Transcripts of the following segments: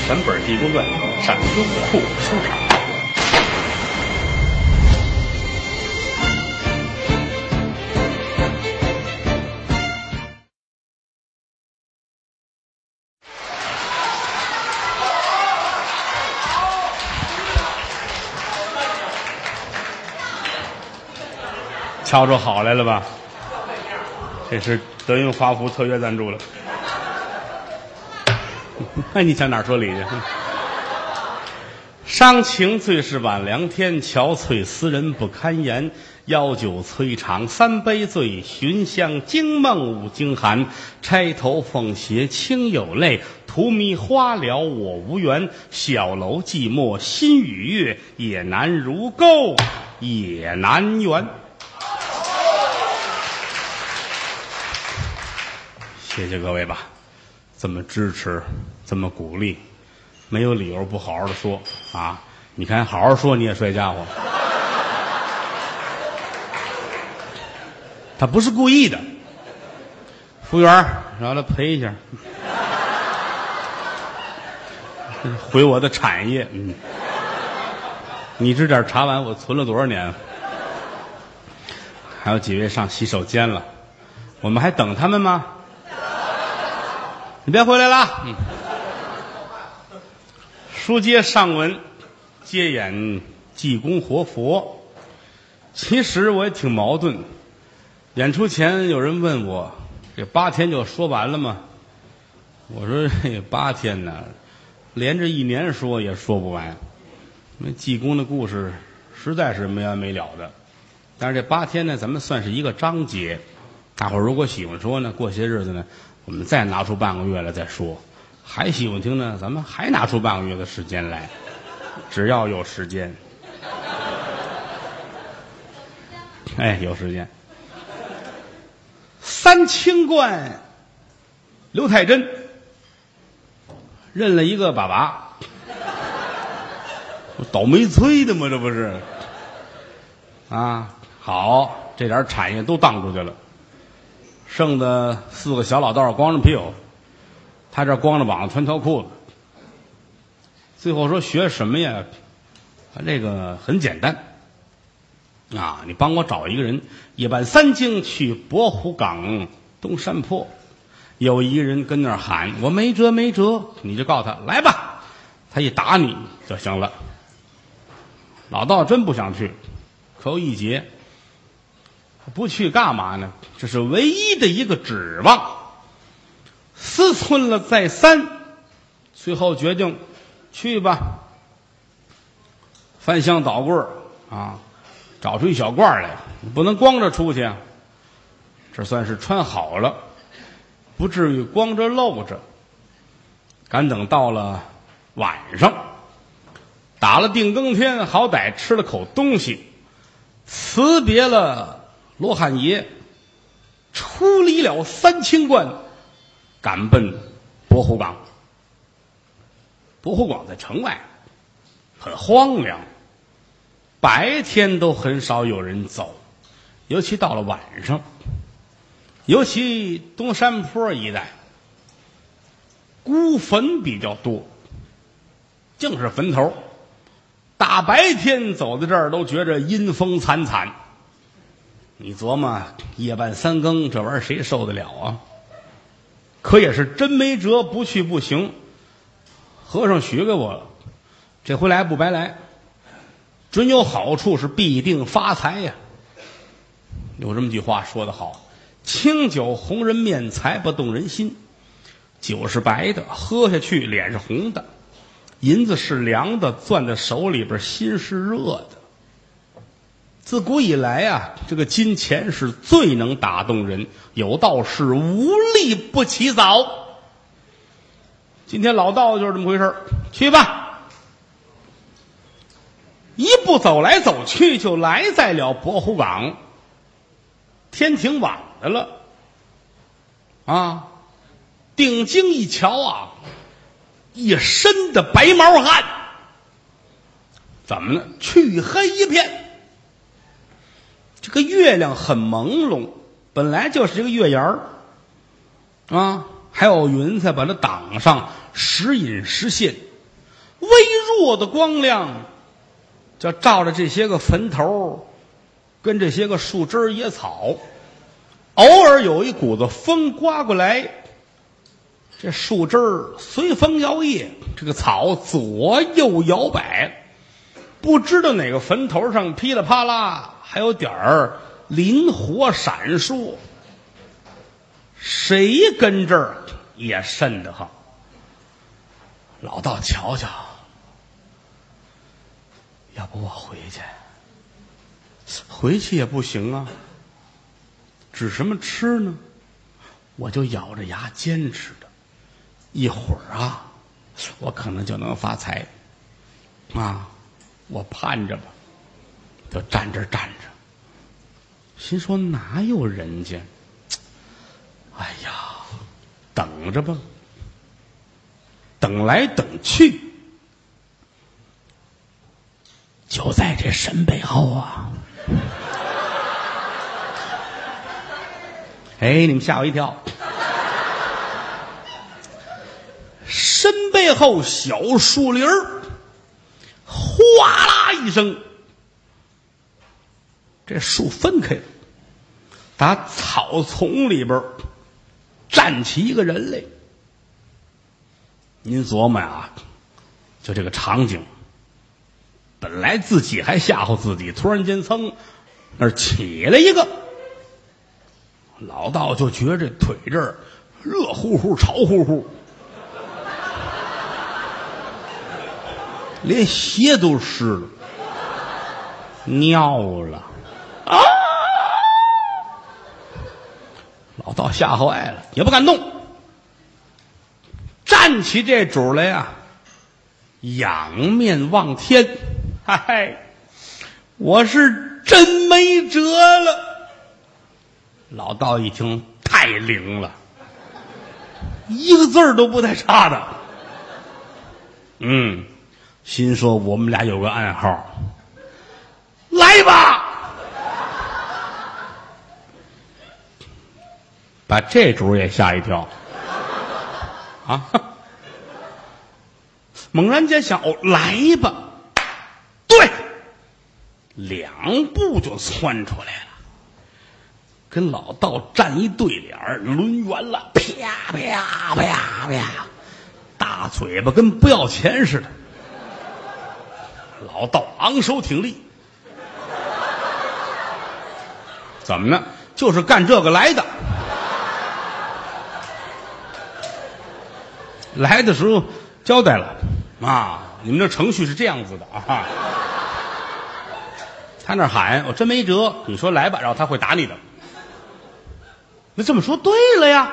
全本《地宫传》上优酷收场。瞧出好来了吧？这是德云华福特约赞助了。那你上哪儿说理去？伤情最是晚凉天，憔悴思人不堪言。邀酒摧肠三杯醉，寻香惊梦五更寒。钗头凤斜清有泪，荼蘼花了我无缘。小楼寂寞心与月，也难如钩也难圆。谢谢各位吧，这么支持，这么鼓励，没有理由不好好的说啊！你看，好好说你也摔家伙，他不是故意的。服务员，让他赔一下，毁我的产业。你这点茶碗我存了多少年？还有几位上洗手间了，我们还等他们吗？你别回来了。书接上文，接演济公活佛。其实我也挺矛盾。演出前有人问我，这8天就说完了吗？我说这8天呢，连着1年说也说不完。因为济公的故事实在是没完没了的。但是这8天呢，咱们算是一个章节。大伙儿如果喜欢说呢，过些日子呢，我们再拿出半个月来再说。还喜欢听呢，咱们还拿出半个月的时间来，只要有时间。哎，有时间。三清观，刘太真认了一个粑粑，倒霉催的吗？这不是啊？好，这点产业都当出去了。剩的4个小老道光着屁股，他这光着膀子穿条裤子。最后说学什么呀？他这个很简单啊，你帮我找一个人，夜半3更去博湖岗东山坡，有一个人跟那儿喊我没辙没辙，你就告诉他来吧，他一打你就行了。老道真不想去，可一劫。不去干嘛呢？这是唯一的一个指望。思忖了再三，最后决定去吧。翻箱倒柜啊，找出一小罐来，不能光着出去啊。这算是穿好了，不至于光着露着。赶等到了晚上，打了定更天，好歹吃了口东西，辞别了罗汉爷，出离了三清观，赶奔博湖岗。博湖岗在城外，很荒凉，白天都很少有人走，尤其到了晚上，尤其东山坡一带，孤坟比较多，净是坟头。大白天走在这儿都觉着阴风惨惨。你琢磨夜半3更这玩意儿谁受得了啊？可也是真没辙，不去不行。和尚许给我了，这回来不白来，准有好处，是必定发财呀。有这么句话说得好，清酒红人面，财不动人心。酒是白的，喝下去脸是红的，银子是凉的，攥在手里边心是热的。自古以来啊，这个金钱是最能打动人，有道是无利不起早。今天老道就是这么回事，去吧。一步走来走去，就来在了博湖岗。天挺晚的了啊，定睛一瞧啊，一身的白毛汗，怎么呢？黢黑一片。这个月亮很朦胧，本来就是一个月牙儿啊，还有云彩把它挡上，时隐时现， 微弱的光亮就照着这些个坟头跟这些个树枝野草，偶尔有一股子风刮过来，这树枝随风摇曳，这个草左右摇摆，不知道哪个坟头上噼里啪啦还有点儿磷火闪烁，谁跟这儿也瘆得慌。老道瞧瞧，要不我回去也不行啊，指什么吃呢？我就咬着牙坚持着，一会儿啊我可能就能发财啊，我盼着吧，就站着，心说哪有人家，哎呀，等着吧，等来等去，就在这身背后啊。哎，你们吓我一跳！身背后小树林儿，哗啦一声，这树分开了，打草丛里边站起一个人来。您琢磨呀，就这个场景，本来自己还吓唬自己，突然间噌那儿起来一个，老道就觉着这腿这儿热乎乎潮乎乎，连鞋都湿了，尿了啊！老道吓坏了，也不敢动，站起这主来呀，仰面望天，嗨，我是真没辙了。老道一听，太灵了，一个字儿都不带差的。心说我们俩有个暗号，来吧，把这主也吓一跳啊！猛然间想，哦，来吧，对，两步就窜出来了，跟老道站一对脸，抡圆了，啪啪啪啪，大嘴巴跟不要钱似的。老道昂首挺立，怎么呢？就是干这个来的。来的时候交代了啊，你们这程序是这样子的啊。他那喊我真没辙，你说来吧，然后他会打你的。那这么说对了呀。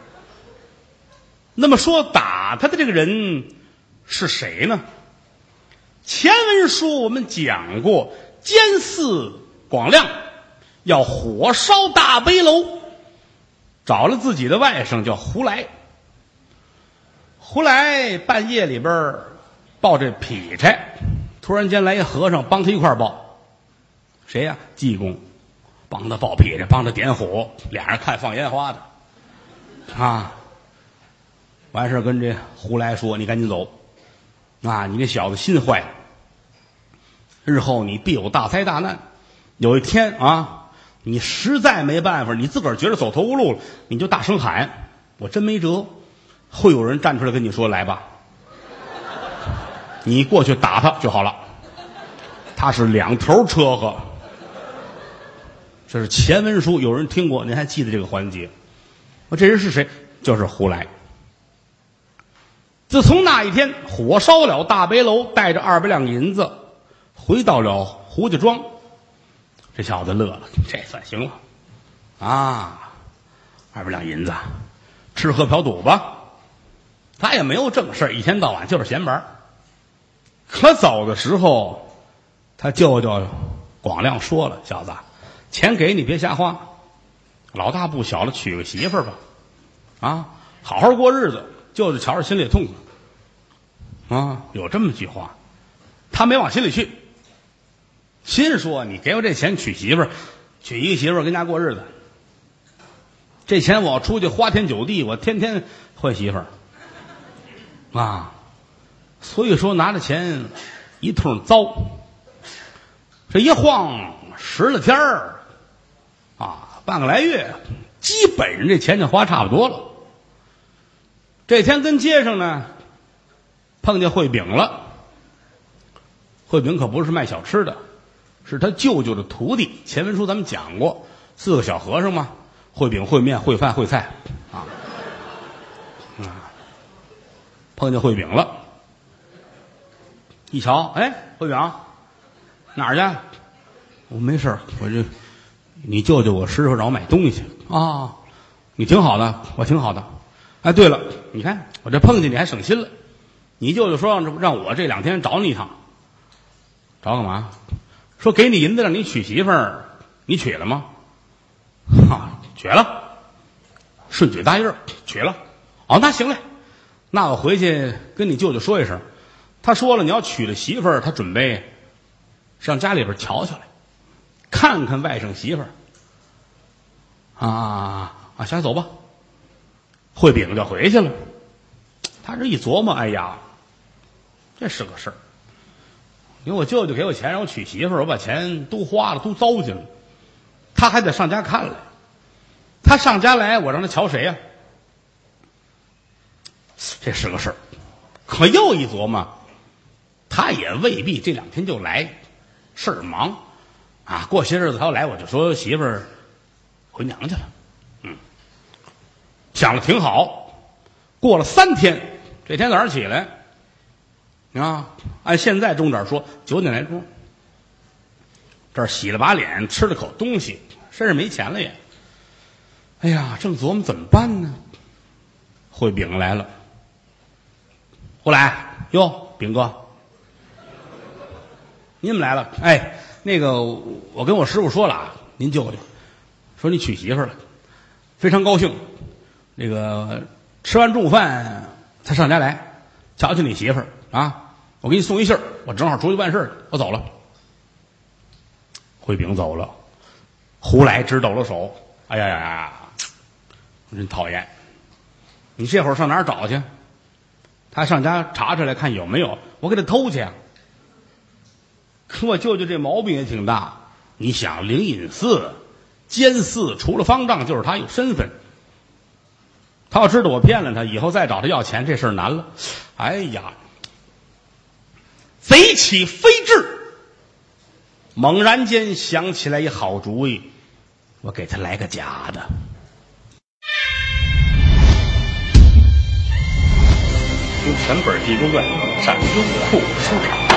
那么说打他的这个人是谁呢？前文书我们讲过，监寺广亮要火烧大悲楼，找了自己的外甥叫胡来。胡来半夜里边抱这劈柴，突然间来一和尚帮他一块抱。谁呀？济公，帮他抱劈柴，帮他点火，俩人看放烟花的啊。完事跟这胡来说：“你赶紧走啊！你这小子心坏了，日后你必有大灾大难。有一天啊，你实在没办法，你自个儿觉得走投无路了，你就大声喊，我真没辙，会有人站出来跟你说来吧，你过去打他就好了。他是两头车呵。”这是前文书，有人听过，您还记得这个环节？这人是谁？就是胡来。自从那一天火烧了大悲楼，带着200两银子回到了胡家庄，这小子乐了，这算行了啊！200两银子，吃喝嫖赌吧，他也没有正事，一天到晚就是闲玩。可走的时候，他舅舅广亮说了：“小子，钱给你别瞎花，老大不小了，娶个媳妇儿吧，啊，好好过日子。”舅舅瞧着心里也痛快啊，有这么句话，他没往心里去，心说你给我这钱娶媳妇儿，娶一个媳妇儿跟家过日子，这钱我出去花天酒地，我天天换媳妇儿啊， 所以说拿着钱一通糟，这一晃10来天儿啊，半个来月，基本上这钱就花差不多了。这天跟街上呢碰见惠饼了。惠饼可不是卖小吃的，是他舅舅的徒弟。前文书咱们讲过，4个小和尚嘛，惠饼、烩面、烩饭、烩菜啊。碰见惠饼了，一瞧，哎，惠饼哪儿去？我没事，我这你舅舅我师傅让我买东西啊。你挺好的，我挺好的。哎，对了，你看我这碰见你还省心了。你舅舅说让我这2天找你一趟。找干嘛？说给你银子让你娶媳妇儿，你娶了吗？娶了，顺嘴答应娶了。哦，那行嘞，那我回去跟你舅舅说一声。他说了，你要娶了媳妇儿，他准备上家里边瞧瞧来，看看外甥媳妇儿。行，走吧。惠饼就回去了。他这一琢磨，哎呀，这是个事儿。因为我舅舅给我钱让我娶媳妇儿，我把钱都花了，都糟践了，他还得上家看来。他上家来，我让他瞧谁呀？这是个事儿。可又一琢磨，他也未必这2天就来，事儿忙啊。过些日子他要来，我就说媳妇儿回娘去了。想的挺好。过了3天，这天早上起来啊，按现在钟点说9点来钟，这儿洗了把脸，吃了口东西，身上没钱了也。哎呀，正琢磨怎么办呢，惠饼来了。胡来，哟，饼哥，您们来了。哎，那个我跟我师傅说了啊，您舅舅说你娶媳妇了，非常高兴。这个吃完中午饭他上家来瞧瞧你媳妇儿啊，我给你送一信儿，我正好出去办事，我走了。惠饼走了，胡来直抖了手。哎呀呀呀，真讨厌！你这会儿上哪儿找去？他上家查查来看有没有，我给他偷去啊。可我舅舅这毛病也挺大，你想灵隐寺、监寺，除了方丈就是他有身份。他要知道我骗了他，以后再找他要钱，这事儿难了。哎呀，贼起飞智，猛然间想起来一好主意，我给他来个假的。 听全本《地中传》上优酷书场。